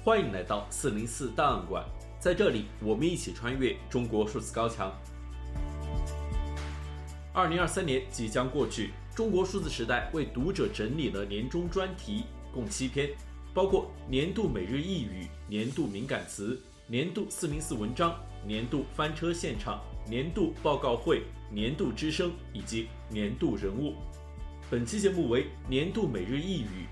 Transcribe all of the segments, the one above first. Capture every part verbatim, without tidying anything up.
欢迎来到四零四档案馆，在这里我们一起穿越中国数字高墙。二零二三年即将过去，中国数字时代为读者整理了年终专题，共七篇，包括年度每日一语、年度敏感词、年度四零四文章、年度翻车现场、年度报告会、年度之声以及年度人物。本期节目为年度每日一语。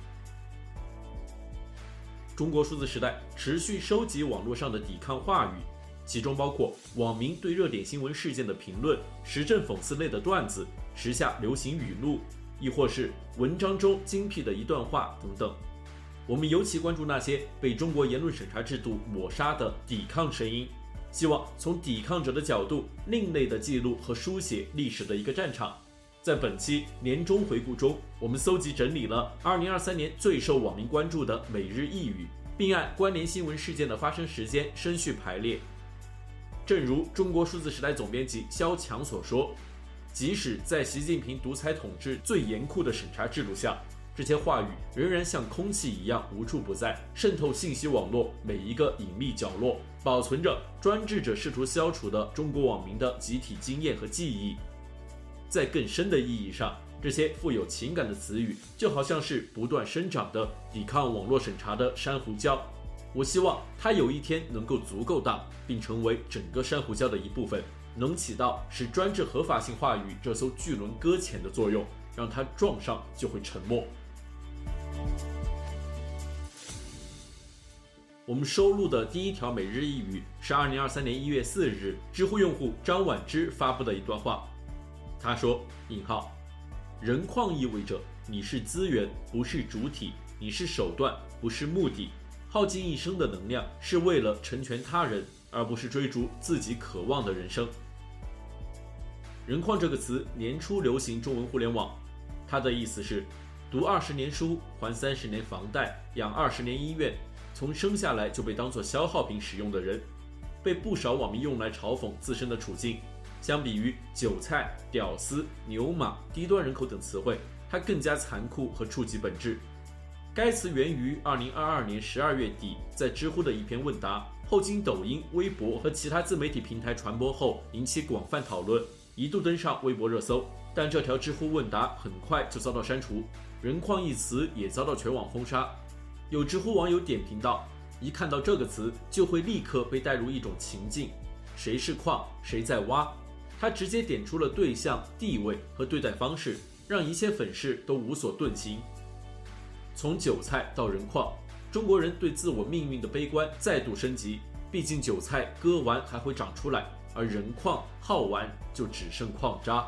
中国数字时代持续收集网络上的抵抗话语，其中包括网民对热点新闻事件的评论、时政讽刺类的段子、时下流行语录，亦或是文章中精辟的一段话等等。我们尤其关注那些被中国言论审查制度抹杀的抵抗声音，希望从抵抗者的角度另类的记录和书写历史的一个战场。在本期年终回顾中，我们搜集整理了二零二三年最受网民关注的每日一语，并按关联新闻事件的发生时间顺序排列。正如中国数字时代总编辑肖强所说，即使在习近平独裁统治最严酷的审查制度下，这些话语仍然像空气一样无处不在，渗透信息网络每一个隐秘角落，保存着专制者试图消除的中国网民的集体经验和记忆。在更深的意义上，这些富有情感的词语就好像是不断生长的抵抗网络审查的珊瑚礁。我希望它有一天能够足够大，并成为整个珊瑚礁的一部分，能起到使专制合法性话语这艘巨轮搁浅的作用，让它撞上就会沉没。我们收录的第一条每日一语是二零二三年一月四日，知乎用户张婉之发布的一段话。他说：“引号，人矿意味着你是资源，不是主体；你是手段，不是目的。耗尽一生的能量是为了成全他人，而不是追逐自己渴望的人生。”人矿这个词年初流行中文互联网，它的意思是读二十年书，还三十年房贷，养二十年医院，从生下来就被当作消耗品使用的人，被不少网民用来嘲讽自身的处境。相比于韭菜、屌丝、牛马、低端人口等词汇，它更加残酷和触及本质。该词源于二零二二年十二月底在知乎的一篇问答，后经抖音、微博和其他自媒体平台传播后引起广泛讨论，一度登上微博热搜。但这条知乎问答很快就遭到删除，人矿一词也遭到全网封杀。有知乎网友点评道，一看到这个词就会立刻被带入一种情境，谁是矿，谁在挖。他直接点出了对象、地位和对待方式，让一切粉饰都无所遁形。从韭菜到人矿，中国人对自我命运的悲观再度升级。毕竟韭菜割完还会长出来，而人矿耗完就只剩矿渣。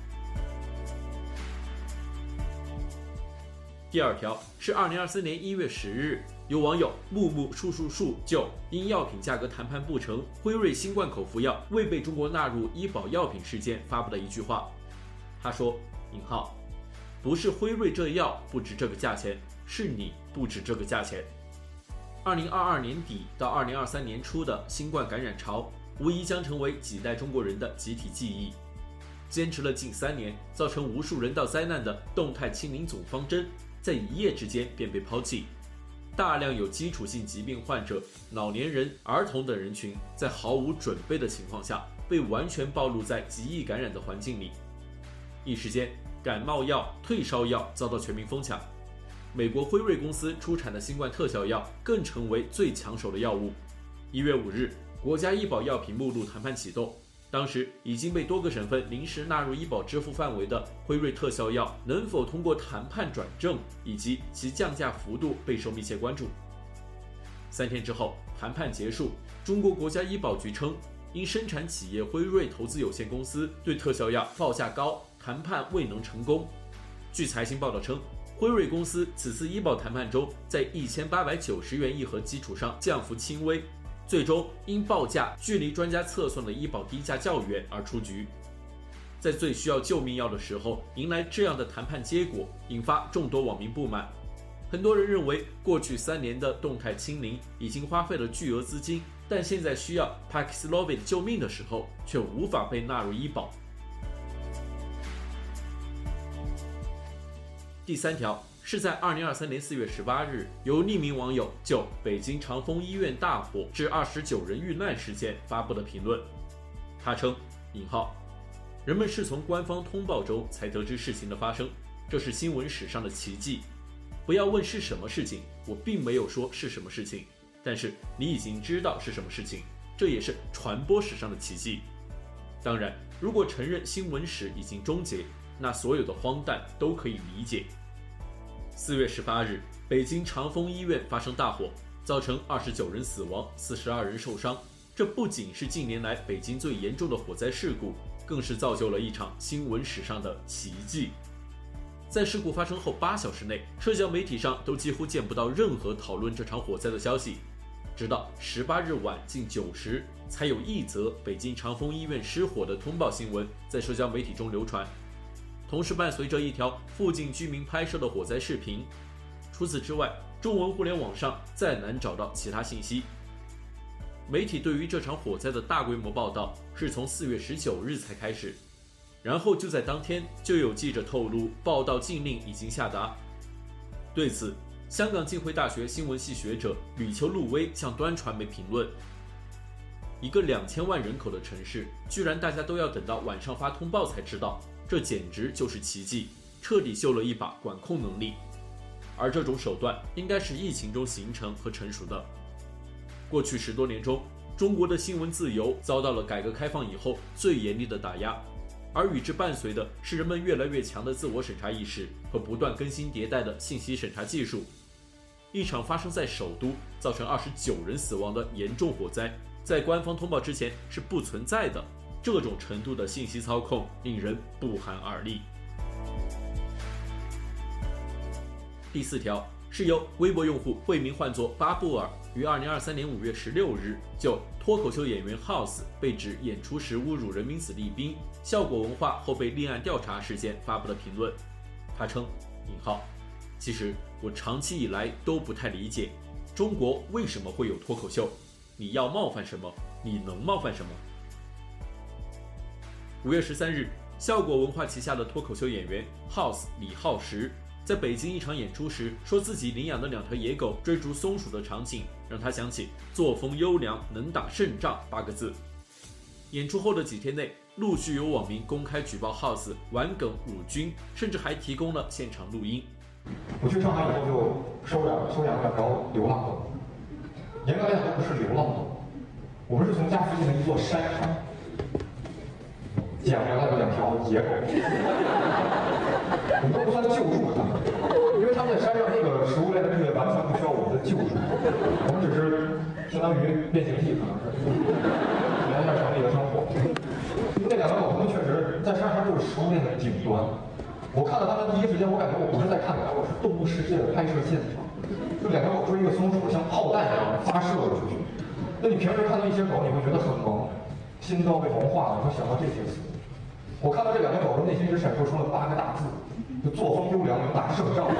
第二条是二零二四年一月十日，有网友木木树树树就因药品价格谈判不成，辉瑞新冠口服药未被中国纳入医保药品事件发布的一句话。他说：“引号，不是辉瑞这药不值这个价钱，是你不值这个价钱。”二零二二年底到二零二三年初的新冠感染潮，无疑将成为几代中国人的集体记忆。坚持了近三年，造成无数人道灾难的动态清零总方针，在一夜之间便被抛弃。大量有基础性疾病患者、老年人、儿童等人群在毫无准备的情况下，被完全暴露在极易感染的环境里。一时间，感冒药、退烧药遭到全民疯抢。美国辉瑞公司出产的新冠特效药更成为最抢手的药物。一月五日，国家医保药品目录谈判启动。当时已经被多个省份临时纳入医保支付范围的辉瑞特效药能否通过谈判转正，以及其降价幅度备受密切关注。三天之后，谈判结束，中国国家医保局称，因生产企业辉瑞投资有限公司对特效药报价高，谈判未能成功。据财新报道称，辉瑞公司此次医保谈判中，在一千八百九十元一盒基础上降幅轻微，最终因报价距离专家测算的医保低价较远而出局。在最需要救命药的时候迎来这样的谈判结果，引发众多网民不满。很多人认为，过去三年的动态清零已经花费了巨额资金，但现在需要 Paxlovid 救命的时候，却无法被纳入医保。第三条是在二零二三年四月十八日，由匿名网友就北京长峰医院大火致二十九人遇难事件发布的评论。他称：“引号，人们是从官方通报中才得知事情的发生，这是新闻史上的奇迹。不要问是什么事情，我并没有说是什么事情，但是你已经知道是什么事情，这也是传播史上的奇迹。当然，如果承认新闻史已经终结，那所有的荒诞都可以理解。”四月十八日，北京长峰医院发生大火，造成二十九人死亡，四十二人受伤。这不仅是近年来北京最严重的火灾事故，更是造就了一场新闻史上的奇迹。在事故发生后八小时内，社交媒体上都几乎见不到任何讨论这场火灾的消息，直到十八日晚近九时，才有一则北京长峰医院失火的通报新闻在社交媒体中流传。同时伴随着一条附近居民拍摄的火灾视频。除此之外，中文互联网上再难找到其他信息。媒体对于这场火灾的大规模报道是从四月十九日才开始，然后就在当天就有记者透露报道禁令已经下达。对此，香港浸会大学新闻系学者吕秋露薇向端传媒评论：一个两千万人口的城市，居然大家都要等到晚上发通报才知道，这简直就是奇迹，彻底秀了一把管控能力。而这种手段应该是疫情中形成和成熟的。过去十多年中，中国的新闻自由遭到了改革开放以后最严厉的打压，而与之伴随的是人们越来越强的自我审查意识和不断更新迭代的信息审查技术。一场发生在首都，造成二十九人死亡的严重火灾，在官方通报之前是不存在的。这种程度的信息操控令人不寒而栗。第四条是由微博用户会名唤作巴布尔于二零二三年五月十六日就脱口秀演员 House 被指演出时侮辱人民子弟兵，效果文化后被立案调查事件发布的评论。他称：“引号，其实我长期以来都不太理解，中国为什么会有脱口秀？你要冒犯什么？你能冒犯什么？”五月十三日，效果文化旗下的脱口秀演员 House 李浩石在北京一场演出时，说自己领养的两条野狗追逐松鼠的场景，让他想起作风优良、能打胜仗八个字。演出后的几天内，陆续有网民公开举报 House 玩梗辱军，甚至还提供了现场录音。 我去上海以后就收养收养了两条流浪狗，严格来讲都不是流浪狗，我们是从家附近的一座山上捡回来的两条野狗。我们都不算救助他们，因为他们在山上那个食物链的地位完全不需要我们的救助，我们只是相当于变形计，可能是体验一下城里的生活。那两个狗它们确实在山上就是食物链的顶端。我看到它们第一时间，我感觉我不是在看它，我是动物世界的拍摄现场。就两个狗追一个松鼠，像炮弹一样发射了出去。那你平时看到一些狗，你会觉得很萌，心都被萌化了，会想到这些词。我看到这两个狗的内心只闪烁出了八个大字。就作风优良，能打胜仗。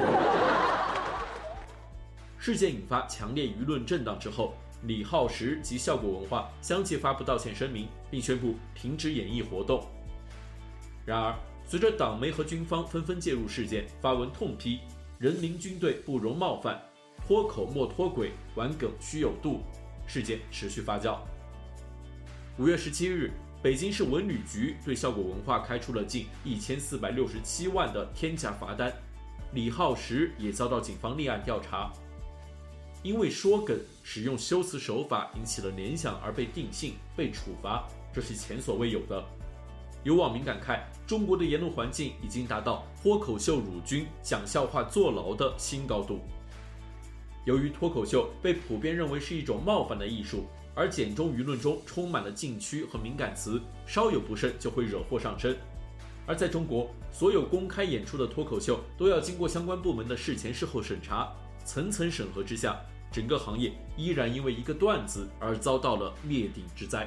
事件引发强烈舆论震荡之后，李浩石及效果文化相继发布道歉声明，并宣布停止演艺活动。然而，随着党媒和军方纷纷介入事件，发文痛批人民军队不容冒犯，脱口莫脱轨，玩梗须有度，事件持续发酵。五月十七日。北京市文旅局对效果文化开出了近一千四百六十七万的天价罚单，李浩石也遭到警方立案调查，因为说梗、使用修辞手法引起了联想而被定性、被处罚，这是前所未有的。有网民感慨，中国的言论环境已经达到脱口秀辱军、讲笑话坐牢的新高度。由于脱口秀被普遍认为是一种冒犯的艺术，而简中舆论中充满了禁区和敏感词，稍有不慎就会惹祸上身。而在中国，所有公开演出的脱口秀都要经过相关部门的事前事后审查，层层审核之下，整个行业依然因为一个段子而遭到了灭顶之灾。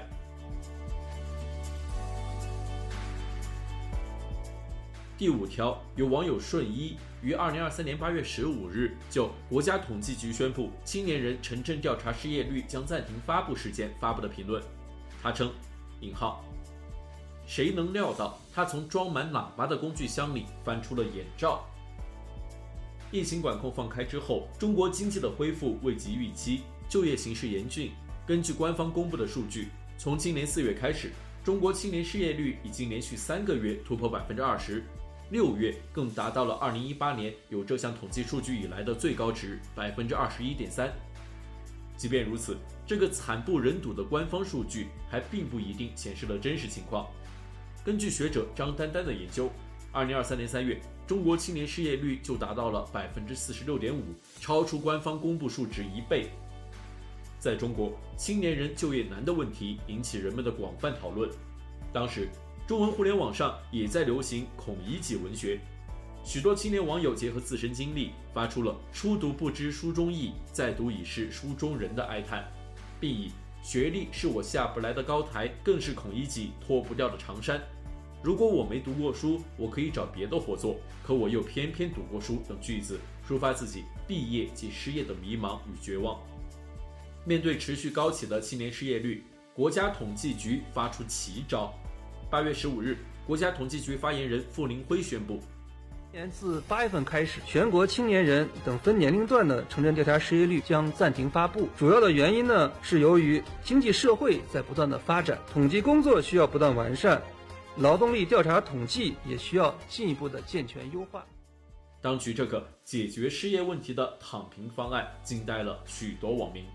第五条，有网友顺一于二零二三年八月十五日就国家统计局宣布青年人城镇调查失业率将暂停发布事件发布的评论。他称：“引号，谁能料到他从装满喇叭的工具箱里翻出了眼罩？” 疫情管控放开之后，中国经济的恢复未及预期，就业形势严峻。根据官方公布的数据，从今年四月开始，中国青年失业率已经连续三个月突破百分之二十，六月更达到了二零一八年有这项统计数据以来的最高值百分之二十一点三。即便如此，这个惨不忍睹的官方数据还并不一定显示了真实情况。根据学者张丹丹的研究，二零二三年三月，中国青年失业率就达到了百分之四十六点五，超出官方公布数值一倍。在中国，青年人就业难的问题引起人们的广泛讨论。当时，中文互联网上也在流行孔乙己文学，许多青年网友结合自身经历，发出了“初读不知书中意，再读已是书中人”的哀叹，并以“学历是我下不来的高台，更是孔乙己脱不掉的长衫。如果我没读过书，我可以找别的活做，可我又偏偏读过书”等句子，抒发自己毕业及失业的迷茫与绝望。面对持续高企的青年失业率，国家统计局发出奇招。八月十五日，国家统计局发言人傅林辉宣布， 今年自八月份开始，全国青年人等分年龄段的城镇调查失业率将暂停发布。主要的原因呢，是由于经济社会在不断的发展，统计工作需要不断完善，劳动力调查统计也需要进一步的健全优化。 当局这个解决失业问题的躺平方案惊呆了许多网民。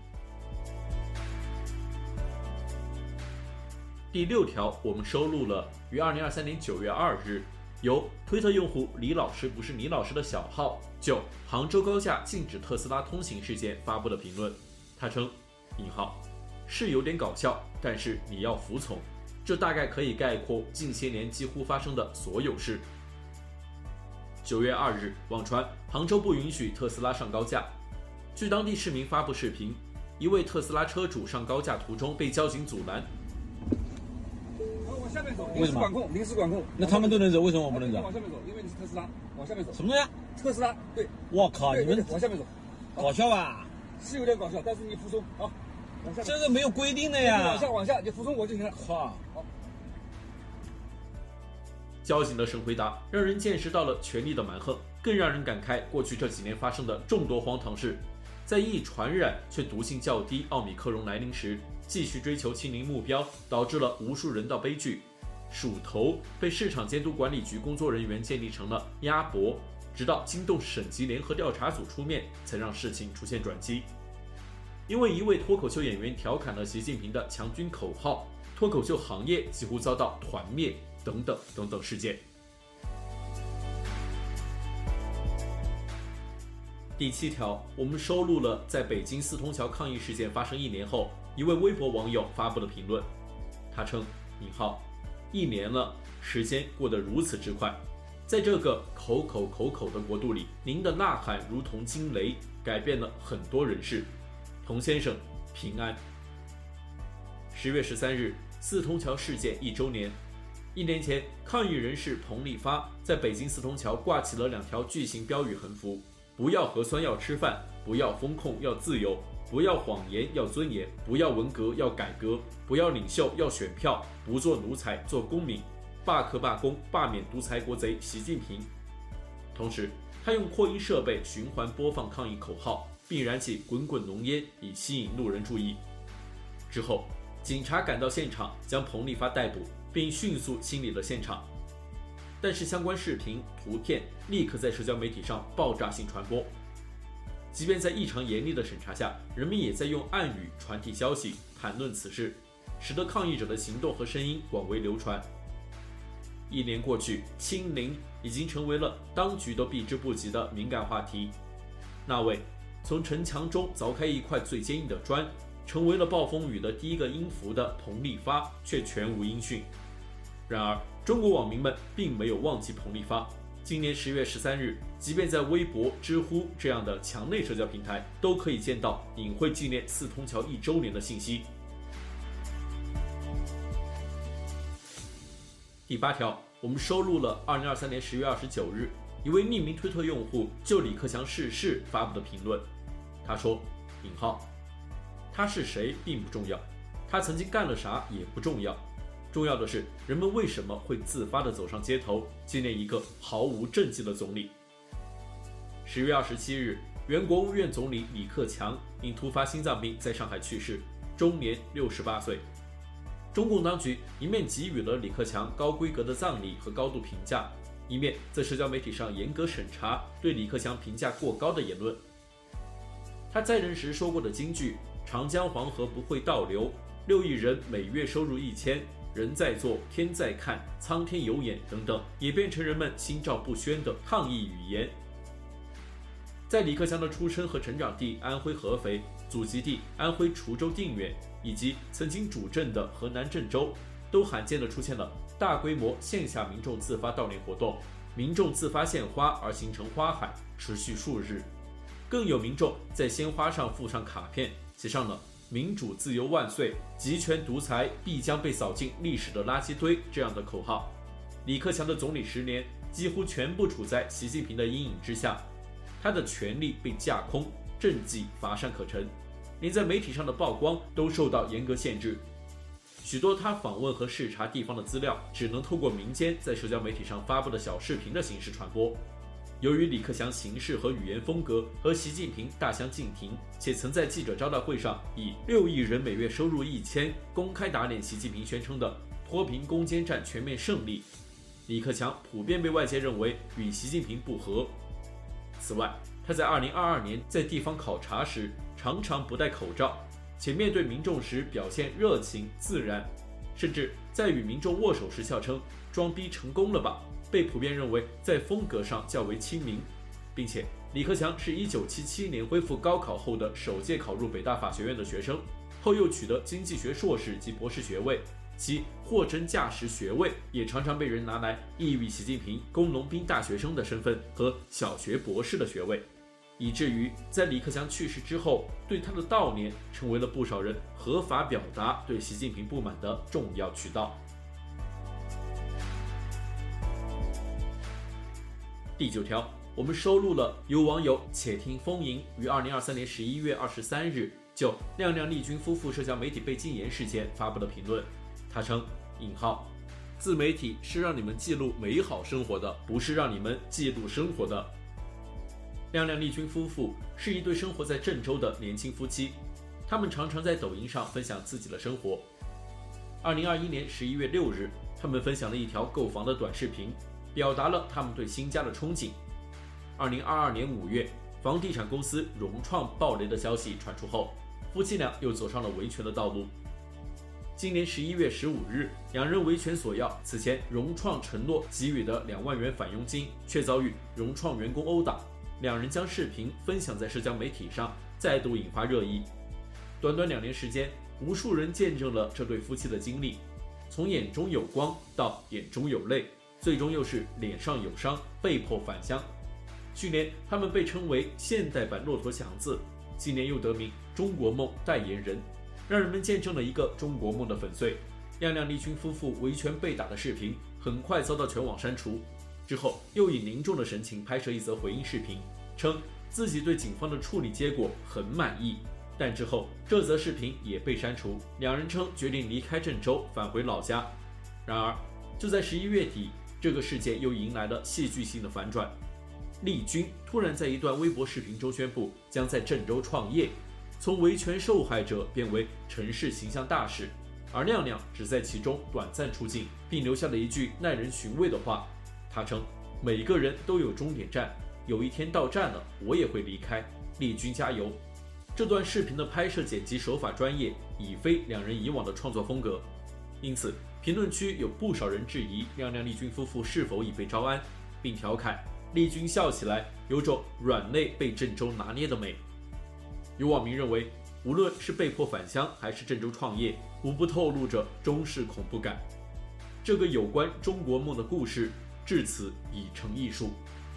第六条，我们收录了于二零二三年九月二日，由推特用户李老师不是你老师的小号就杭州高架禁止特斯拉通行事件发布的评论。他称：“引号是有点搞笑，但是你要服从，这大概可以概括近些年几乎发生的所有事。”九月二日，网传杭州不允许特斯拉上高架。据当地市民发布视频，一位特斯拉车主上高架途中被交警阻拦。 下面走，临时管控，临时管控。 那他们都能走，为什么我不能走？ 往下面走，因为你是特斯拉，往下面走。 什么东西？ 特斯拉，对。 我靠，你们往下面走， 搞笑吧？ 是有点搞笑，但是你服从，好，往下。 这个没有规定的呀。 往下，往下，你服从我就行了。 靠！ 好。 交警的神回答让人见识到了权力的蛮横，更让人感慨过去这几年发生的众多荒唐事。在易传染却毒性较低奥米克戎来临时，继续追求清零目标，导致了无数人道悲剧。鼠头被市场监督管理局工作人员建立成了鸭脖，直到惊动省级联合调查组出面，才让事情出现转机。因为一位脱口秀演员调侃了习近平的强军口号，脱口秀行业几乎遭到团灭，等等等等事件。第七条，我们收录了在北京四通桥抗议事件发生一年后，一位微博网友发布的评论。他称：“引号一年了，时间过得如此之快，在这个口口口口的国度里，您的呐喊如同惊雷，改变了很多人事。童先生，平安。”十月十三日，四通桥事件一周年。一年前，抗议人士彭立发在北京四通桥挂起了两条巨型标语横幅：不要核酸要吃饭，不要风控要自由，不要谎言要尊严，不要文革要改革，不要领袖要选票，不做奴才做公民，罢课罢工罢免独裁国贼习近平。同时，他用扩音设备循环播放抗议口号，并燃起滚滚浓烟，以吸引路人注意。之后，警察赶到现场，将彭立发逮捕，并迅速清理了现场。但是相关视频、图片立刻在社交媒体上爆炸性传播。即便在异常严厉的审查下，人们也在用暗语传递消息，谈论此事，使得抗议者的行动和声音广为流传。一年过去，清零已经成为了当局都避之不及的敏感话题。那位从城墙中凿开一块最坚硬的砖，成为了暴风雨的第一个音符的彭立发却全无音讯。然而，中国网民们并没有忘记彭立发。今年十月十三日，即便在微博、知乎这样的墙内社交平台，都可以见到隐晦纪念四通桥一周年的信息。第八条，我们收录了二零二三年十月二十九日一位匿名推特用户就李克强逝世发布的评论。他说：“引号，他是谁并不重要，他曾经干了啥也不重要。重要的是，人们为什么会自发地走上街头，纪念一个毫无政绩的总理？” 十月二十七日，原国务院总理李克强因突发心脏病在上海去世，终年六十八岁。中共当局一面给予了李克强高规格的葬礼和高度评价，一面在社交媒体上严格审查对李克强评价过高的言论。他在任时说过的金句“长江黄河不会倒流”，六亿人每月收入一千，人在做，天在看，苍天有眼等等，也变成人们心照不宣的抗议语言。在李克强的出生和成长地安徽合肥、祖籍地安徽滁州定远以及曾经主政的河南郑州，都罕见地出现了大规模线下民众自发悼念活动，民众自发献花而形成花海，持续数日。更有民众在鲜花上附上卡片，写上了“民主自由万岁，集权独裁必将被扫进历史的垃圾堆”这样的口号。李克强的总理十年几乎全部处在习近平的阴影之下，他的权力被架空，政绩乏善可陈，连在媒体上的曝光都受到严格限制。许多他访问和视察地方的资料只能透过民间在社交媒体上发布的小视频的形式传播。由于李克强行事和语言风格和习近平大相径庭，且曾在记者招待会上以六亿人每月收入一千公开打脸习近平宣称的脱贫攻坚战全面胜利，李克强普遍被外界认为与习近平不合。此外，他在二零二二年在地方考察时常常不戴口罩，且面对民众时表现热情自然，甚至在与民众握手时笑称装逼成功了吧，被普遍认为在风格上较为亲民。并且李克强是一九七七年恢复高考后的首届考入北大法学院的学生，后又取得经济学硕士及博士学位，其货真价实学位也常常被人拿来意喻习近平工农兵大学生的身份和小学博士的学位，以至于在李克强去世之后，对他的悼念成为了不少人合法表达对习近平不满的重要渠道。第九条，我们收录了有网友且听风吟于二零二三年十一月二十三日就亮亮丽君夫妇社交媒体被禁言事件发布的评论。他称：引号，自媒体是让你们记录美好生活的，不是让你们记录生活的。亮亮丽君夫妇是一对生活在郑州的年轻夫妻，他们常常在抖音上分享自己的生活。二零二一年十一月六日，他们分享了一条购房的短视频，表达了他们对新家的憧憬。二零二二年五月，房地产公司融创暴雷的消息传出后，夫妻俩又走上了维权的道路。今年十一月十五日，两人维权索要此前融创承诺给予的两万元返佣金，却遭遇融创员工殴打。两人将视频分享在社交媒体上，再度引发热议。短短两年时间，无数人见证了这对夫妻的经历，从眼中有光到眼中有泪，最终又是脸上有伤，被迫返乡。去年他们被称为现代版骆驼祥子，今年又得名中国梦代言人，让人们见证了一个中国梦的粉碎。亮亮丽君夫妇维权被打的视频很快遭到全网删除，之后又以凝重的神情拍摄一则回应视频，称自己对警方的处理结果很满意，但之后这则视频也被删除。两人称决定离开郑州，返回老家。然而就在十一月底，这个事件又迎来了戏剧性的反转。丽君突然在一段微博视频中宣布将在郑州创业，从维权受害者变为城市形象大使，而亮亮只在其中短暂出镜，并留下了一句耐人寻味的话。他称：每个人都有终点站，有一天到站了，我也会离开，丽君加油。这段视频的拍摄剪辑手法专业，已非两人以往的创作风格，因此评论区有不少人质疑亮亮丽君夫妇是否已被招安，并调侃丽君笑起来有种软肋被郑州拿捏的美。有网民认为，无论是被迫返乡还是郑州创业，无不透露着中式恐怖感。这个有关中国梦的故事至此已成艺术。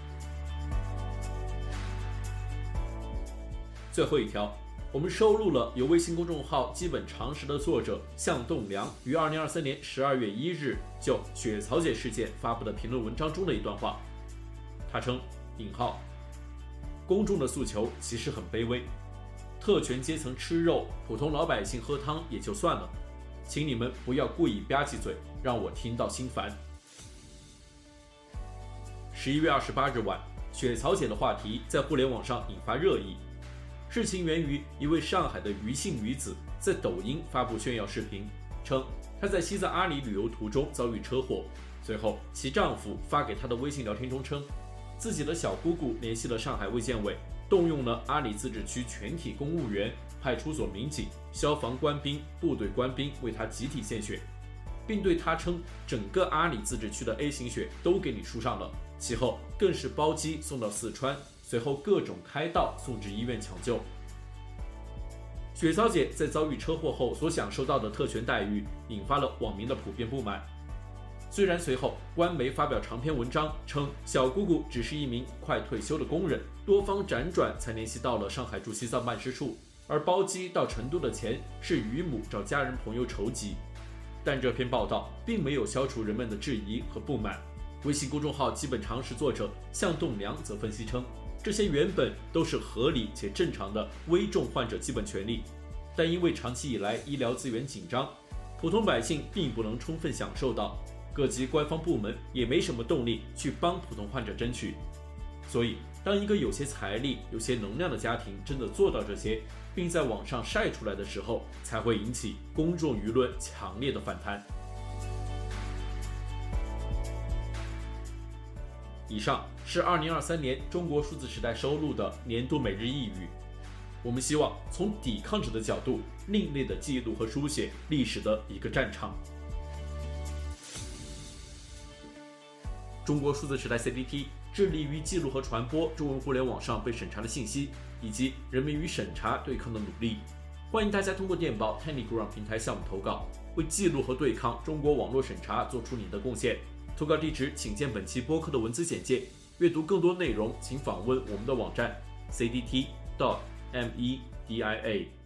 最后一条，我们收录了由微信公众号基本常识的作者向栋梁于二零二三年十二月一日就雪草姐事件发布的评论文章中的一段话。他称：引号，公众的诉求其实很卑微，特权阶层吃肉，普通老百姓喝汤也就算了，请你们不要故意吧唧嘴，让我听到心烦。十一月二十八日晚， 雪草姐的话题在互联网上引发热议。事情源于一位上海的余姓女子在抖音发布炫耀视频，称她在西藏阿里旅游途中遭遇车祸，随后其丈夫发给她的微信聊天中称，自己的小姑姑联系了上海卫健委，动用了阿里自治区全体公务员、派出所民警、消防官兵、部队官兵为她集体献血，并对她称整个阿里自治区的 A 型血都给你输上了，其后更是包机送到四川，随后各种开道送至医院抢救。雪草姐在遭遇车祸后所享受到的特权待遇，引发了网民的普遍不满。虽然随后官媒发表长篇文章称小姑姑只是一名快退休的工人，多方辗转才联系到了上海驻西藏办事处，而包机到成都的钱是于母找家人朋友筹集，但这篇报道并没有消除人们的质疑和不满。微信公众号基本常识作者向栋梁则分析称，这些原本都是合理且正常的危重患者基本权利，但因为长期以来医疗资源紧张，普通百姓并不能充分享受到，各级官方部门也没什么动力去帮普通患者争取。所以当一个有些财力、有些能量的家庭真的做到这些，并在网上晒出来的时候，才会引起公众舆论强烈的反弹。以上是二零二三年中国数字时代收录的年度每日一语。我们希望从抵抗者的角度，另类的记录和书写历史的一个战场。中国数字时代 C D T 致力于记录和传播中文互联网上被审查的信息，以及人们与审查对抗的努力。欢迎大家通过电报 Telegram 平台向我们投稿，为记录和对抗中国网络审查做出你的贡献。投稿地址请见本期播客的文字简介。阅读更多内容，请访问我们的网站 c d t dot media。